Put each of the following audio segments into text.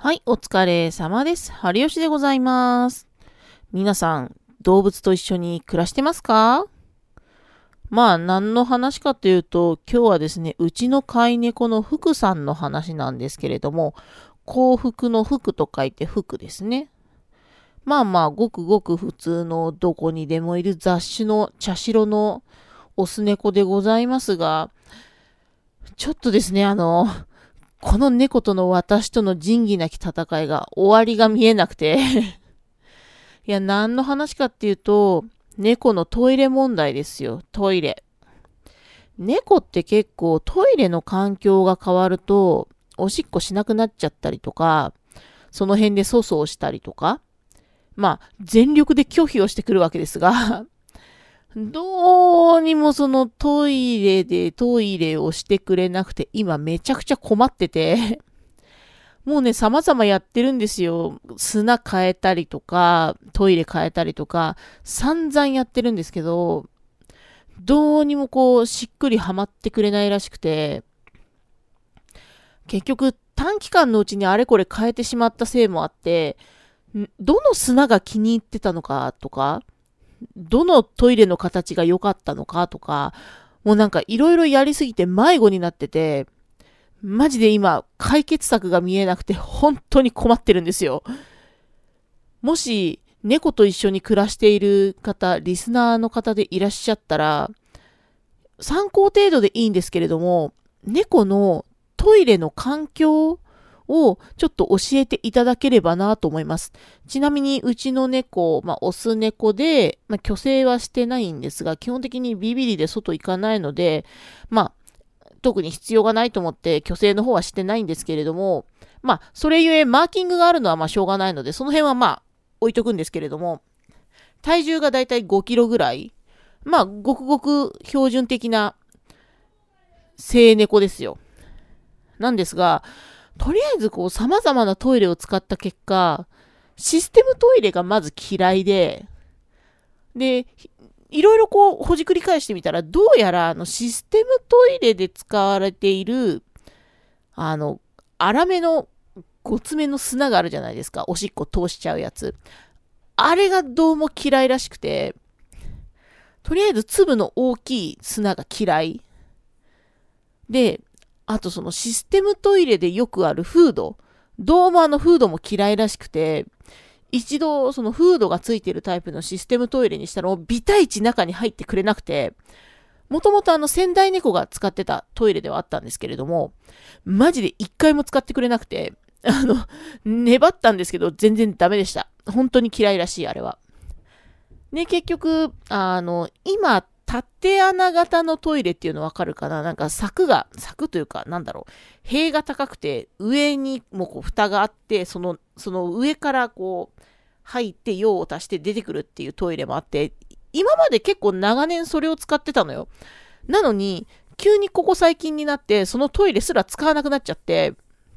はい、お疲れ様です。春吉でございます。皆さん、動物と一緒に暮らしてますか？まあ、何の話かというと、今日はですね、うちの飼い猫の福さんの話なんですけれども、幸福の福と書いて福ですね。まあまあ、ごくごく普通のどこにでもいる雑種の茶白のオス猫でございますが、ちょっとですね、この猫との私との仁義なき戦いが終わりが見えなくていや、何の話かっていうと、猫のトイレ問題ですよ。トイレ。猫って結構トイレの環境が変わると、おしっこしなくなっちゃったりとか、その辺で粗相したりとか、まあ、全力で拒否をしてくるわけですが、どうにもそのトイレでトイレをしてくれなくて、今めちゃくちゃ困ってて、もうね、様々やってるんですよ。砂変えたりとか、トイレ変えたりとか、散々やってるんですけど、どうにもこう、しっくりはまってくれないらしくて、結局短期間のうちにあれこれ変えてしまったせいもあって、どの砂が気に入ってたのかとか、どのトイレの形が良かったのかとか、もうなんかいろいろやりすぎて迷子になってて、マジで今、解決策が見えなくて本当に困ってるんですよ。もし、猫と一緒に暮らしている方、リスナーの方でいらっしゃったら、参考程度でいいんですけれども、猫のトイレの環境をちょっと教えていただければなと思います。ちなみに、うちの猫、オス猫で、虚勢はしてないんですが、基本的にビビリで外行かないので、特に必要がないと思って虚勢の方はしてないんですけれども、それゆえマーキングがあるのはしょうがないので、その辺は置いとくんですけれども、体重がだいたい5キロぐらい、ごくごく標準的な生猫ですよ。なんですが、とりあえずこう様々なトイレを使った結果、システムトイレがまず嫌いで、いろいろこうほじくり返してみたら、どうやらシステムトイレで使われている、粗めのごつめの砂があるじゃないですか。おしっこ通しちゃうやつ。あれがどうも嫌いらしくて、とりあえず粒の大きい砂が嫌い。で、あとそのシステムトイレでよくあるフード。どうもフードも嫌いらしくて、一度そのフードがついてるタイプのシステムトイレにしたら、ビタイチ中に入ってくれなくて、もともと仙台猫が使ってたトイレではあったんですけれども、マジで一回も使ってくれなくて、粘ったんですけど、全然ダメでした。本当に嫌いらしい、あれは。で、結局、今、縦穴型のトイレっていうのわかるかな？なんか柵というか、塀が高くて、上にもこう蓋があって、その上からこう、入って用を足して出てくるっていうトイレもあって、今まで結構長年それを使ってたのよ。なのに、急にここ最近になって、そのトイレすら使わなくなっちゃって、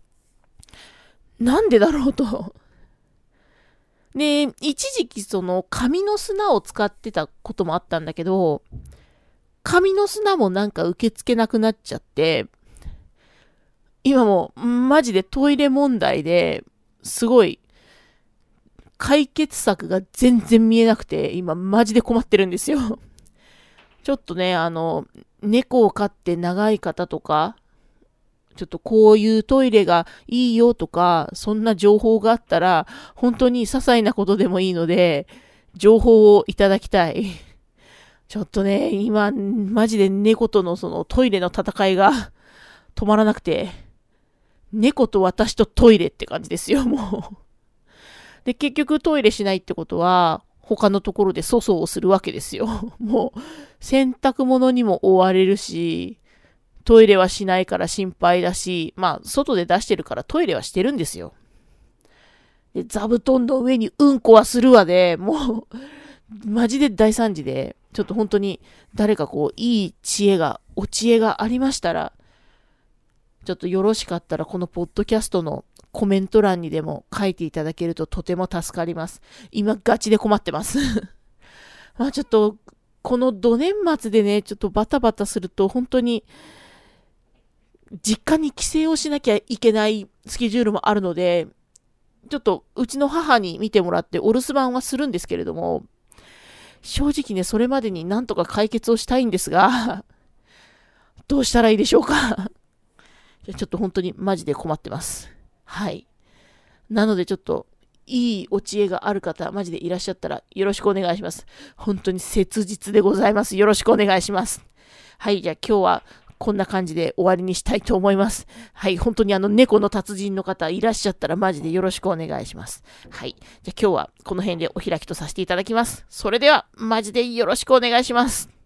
なんでだろうと。で、一時期その紙の砂を使ってたこともあったんだけど、紙の砂もなんか受け付けなくなっちゃって、今もマジでトイレ問題ですごい解決策が全然見えなくて、今マジで困ってるんですよ。ちょっとね、猫を飼って長い方とか、ちょっとこういうトイレがいいよとか、そんな情報があったら、本当に些細なことでもいいので、情報をいただきたい。ちょっとね、今、マジで猫とのそのトイレの戦いが止まらなくて、猫と私とトイレって感じですよ、もう。で、結局トイレしないってことは、他のところで粗相をするわけですよ。もう、洗濯物にも追われるし、トイレはしないから心配だし、外で出してるからトイレはしてるんですよ。で、座布団の上にうんこはするわで、もう、マジで大惨事で、ちょっと本当に誰かこう、いいお知恵がありましたら、ちょっとよろしかったらこのポッドキャストのコメント欄にでも書いていただけるととても助かります。今ガチで困ってます。ちょっと、この土年末でね、ちょっとバタバタすると本当に実家に帰省をしなきゃいけないスケジュールもあるので、 ちょっとうちの母に見てもらってお留守番はするんですけれども、正直ね、それまでになんとか解決をしたいんですが、どうしたらいいでしょうか。ちょっと本当にマジで困ってます。はい。なのでちょっと、いいお知恵がある方、マジでいらっしゃったらよろしくお願いします。本当に切実でございます。よろしくお願いします。はい、じゃあ今日はこんな感じで終わりにしたいと思います。はい、本当に猫の達人の方いらっしゃったらマジでよろしくお願いします。はい、じゃあ今日はこの辺でお開きとさせていただきます。それではマジでよろしくお願いします。